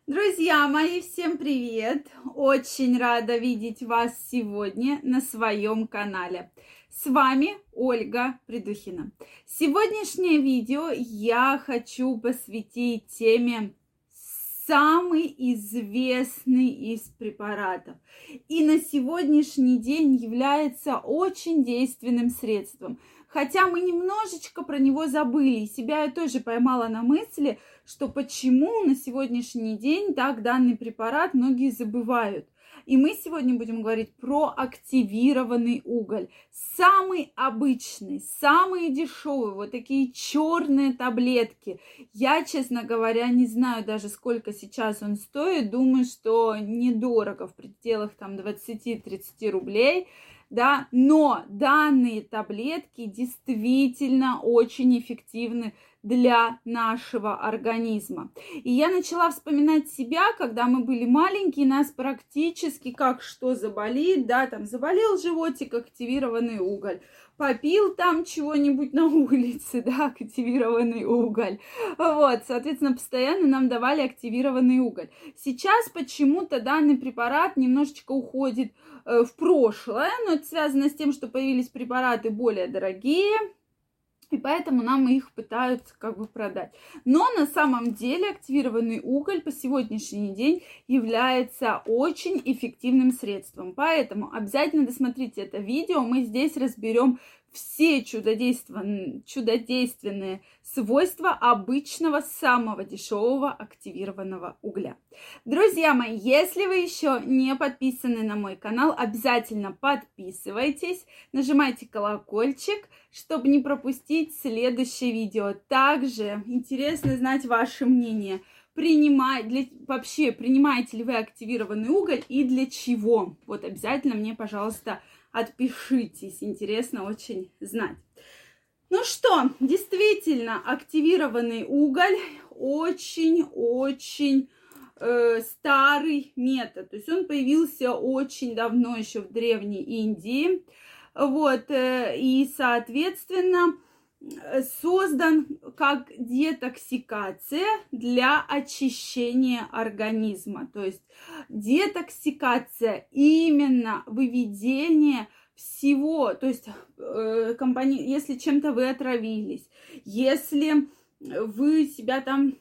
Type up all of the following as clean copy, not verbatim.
Друзья мои, всем привет! Очень рада видеть вас сегодня на своем канале. С вами Ольга Придухина. Сегодняшнее видео я хочу посвятить теме самый известный из препаратов и на сегодняшний день является очень действенным средством. Хотя мы немножечко про него забыли, и себя я тоже поймала на мысли, что почему на сегодняшний день так данный препарат многие забывают. И мы сегодня будем говорить про активированный уголь. Самый обычный, самый дешевый, вот такие черные таблетки. Я, честно говоря, не знаю даже, сколько сейчас он стоит. Думаю, что недорого, в пределах там 20-30 рублей. Да, но данные таблетки действительно очень эффективны для нашего организма. И я начала вспоминать себя, когда мы были маленькие, нас практически как что заболит, да, там заболел животик, активированный уголь, попил там чего-нибудь на улице, да, активированный уголь. Вот, соответственно, постоянно нам давали активированный уголь. Сейчас почему-то данный препарат немножечко уходит в прошлое, но это связано с тем, что появились препараты более дорогие, и поэтому нам их пытаются продать. Но на самом деле активированный уголь по сегодняшний день является очень эффективным средством. Поэтому обязательно досмотрите это видео. Мы здесь разберем все чудодейственные свойства обычного самого дешевого активированного угля. Друзья мои, если вы еще не подписаны на мой канал, обязательно подписывайтесь, нажимайте колокольчик, чтобы не пропустить следующее видео. Также интересно знать ваше мнение. Принимаете ли вы активированный уголь и для чего? Вот обязательно мне, пожалуйста, отпишитесь. Интересно очень знать. Ну что, действительно, активированный уголь очень-очень старый метод. То есть он появился очень давно, еще в Древней Индии. Вот, и, соответственно, создан как детоксикация для очищения организма. То есть детоксикация, именно выведение всего, то есть если чем-то вы отравились, если вы себя там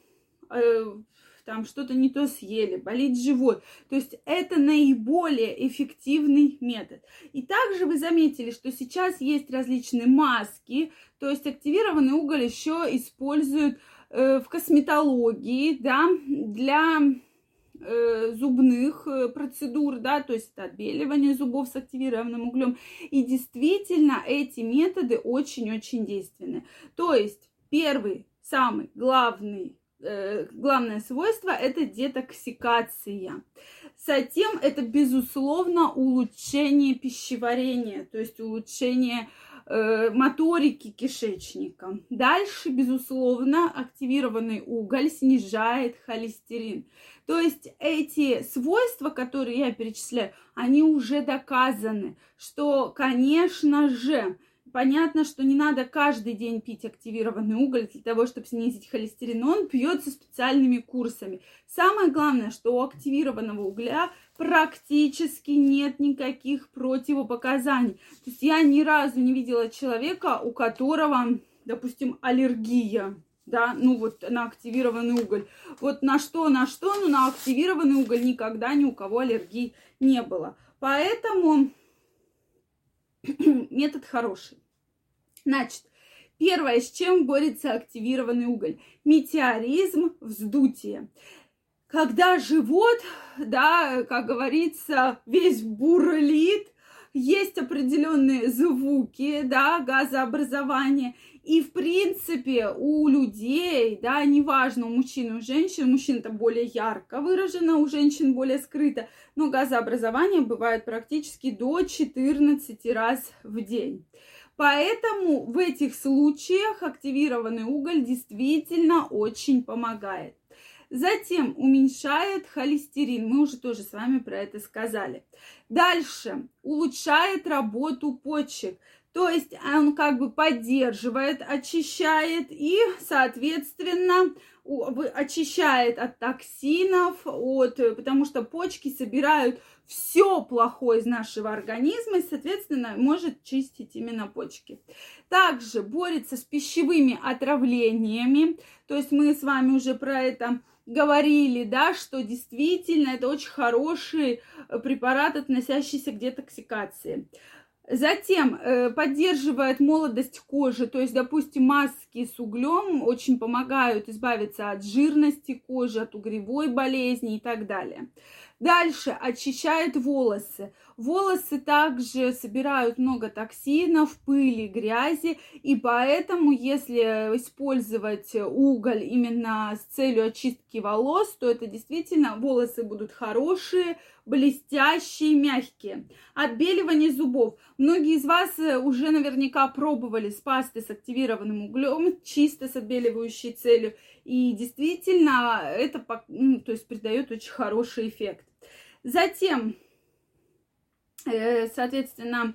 что-то не то съели, болит живот. То есть это наиболее эффективный метод. И также вы заметили, что сейчас есть различные маски, то есть активированный уголь еще используют в косметологии, да, для зубных процедур, да, то есть это отбеливание зубов с активированным углем. И действительно эти методы очень-очень действенны. То есть первый, самый главное свойство – это детоксикация. Затем это, безусловно, улучшение пищеварения, то есть улучшение моторики кишечника. Дальше, безусловно, активированный уголь снижает холестерин. То есть эти свойства, которые я перечисляю, они уже доказаны, что, конечно же, понятно, что не надо каждый день пить активированный уголь для того, чтобы снизить холестерин. Он пьется специальными курсами. Самое главное, что у активированного угля практически нет никаких противопоказаний. То есть я ни разу не видела человека, у которого, допустим, аллергия, да, на активированный уголь. Вот на что, но на активированный уголь никогда ни у кого аллергии не было. Поэтому метод хороший. Значит, первое, с чем борется активированный уголь. Метеоризм, вздутие. Когда живот, да, как говорится, весь бурлит, есть определенные звуки, да, газообразование. И, в принципе, у людей, да, неважно, у мужчин, у женщин, у мужчин это более ярко выражено, у женщин более скрыто, но газообразование бывает практически до 14 раз в день. Поэтому в этих случаях активированный уголь действительно очень помогает. Затем уменьшает холестерин. Мы уже тоже с вами про это сказали. Дальше улучшает работу почек. То есть он как бы поддерживает, очищает и, соответственно, очищает от токсинов, потому что почки собирают все плохое из нашего организма и, соответственно, может чистить именно почки. Также борется с пищевыми отравлениями. То есть мы с вами уже про это говорили, да, что действительно это очень хороший препарат, относящийся к детоксикации. Затем поддерживает молодость кожи, то есть, допустим, маски с углем очень помогают избавиться от жирности кожи, от угревой болезни и так далее. Дальше очищает волосы. Волосы также собирают много токсинов, пыли, грязи, и поэтому, если использовать уголь именно с целью очистки волос, то это действительно волосы будут хорошие, блестящие, мягкие. Отбеливание зубов. Многие из вас уже наверняка пробовали с пастой с активированным углем, чисто с отбеливающей целью, и действительно это то есть придает очень хороший эффект. Затем, соответственно,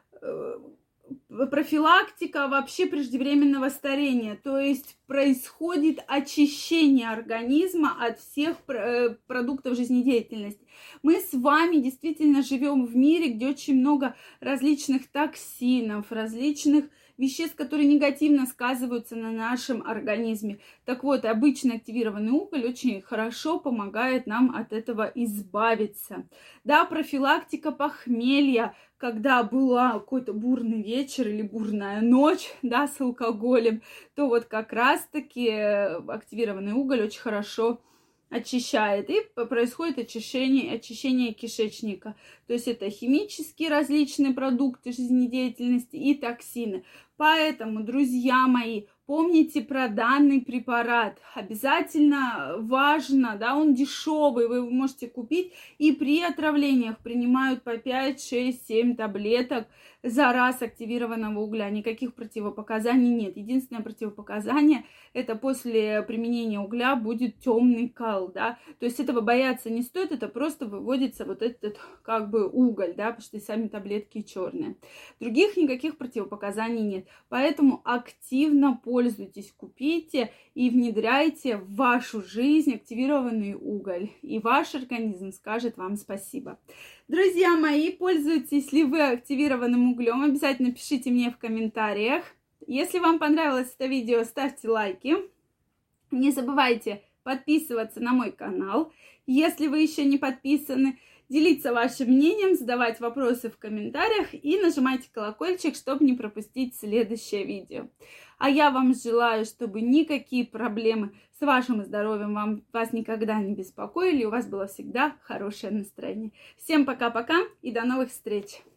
профилактика вообще преждевременного старения, то есть происходит очищение организма от всех продуктов жизнедеятельности. Мы с вами действительно живем в мире, где очень много различных токсинов, различных веществ, которые негативно сказываются на нашем организме. Так вот, обычно активированный уголь очень хорошо помогает нам от этого избавиться. Да, профилактика похмелья, когда была какой-то бурный вечер или бурная ночь, да, с алкоголем, то вот как раз-таки активированный уголь очень хорошо очищает, и происходит очищение кишечника. То есть это химические различные продукты жизнедеятельности и токсины. Поэтому, друзья мои, помните про данный препарат. Обязательно важно, да, он дешевый, вы его можете купить. И при отравлениях принимают по 5, 6, 7 таблеток за раз активированного угля. Никаких противопоказаний нет. Единственное противопоказание – это после применения угля будет темный кал, да. То есть этого бояться не стоит, это просто выводится вот этот как бы уголь, да, потому что и сами таблетки черные. Других никаких противопоказаний нет. Поэтому активно пользуйтесь, купите и внедряйте в вашу жизнь активированный уголь. И ваш организм скажет вам спасибо. Друзья мои, пользуетесь ли вы активированным углем? Обязательно пишите мне в комментариях. Если вам понравилось это видео, ставьте лайки. Не забывайте подписываться на мой канал, если вы еще не подписаны. Делиться вашим мнением, задавать вопросы в комментариях и нажимайте колокольчик, чтобы не пропустить следующее видео. А я вам желаю, чтобы никакие проблемы с вашим здоровьем вас никогда не беспокоили, и у вас было всегда хорошее настроение. Всем пока-пока и до новых встреч!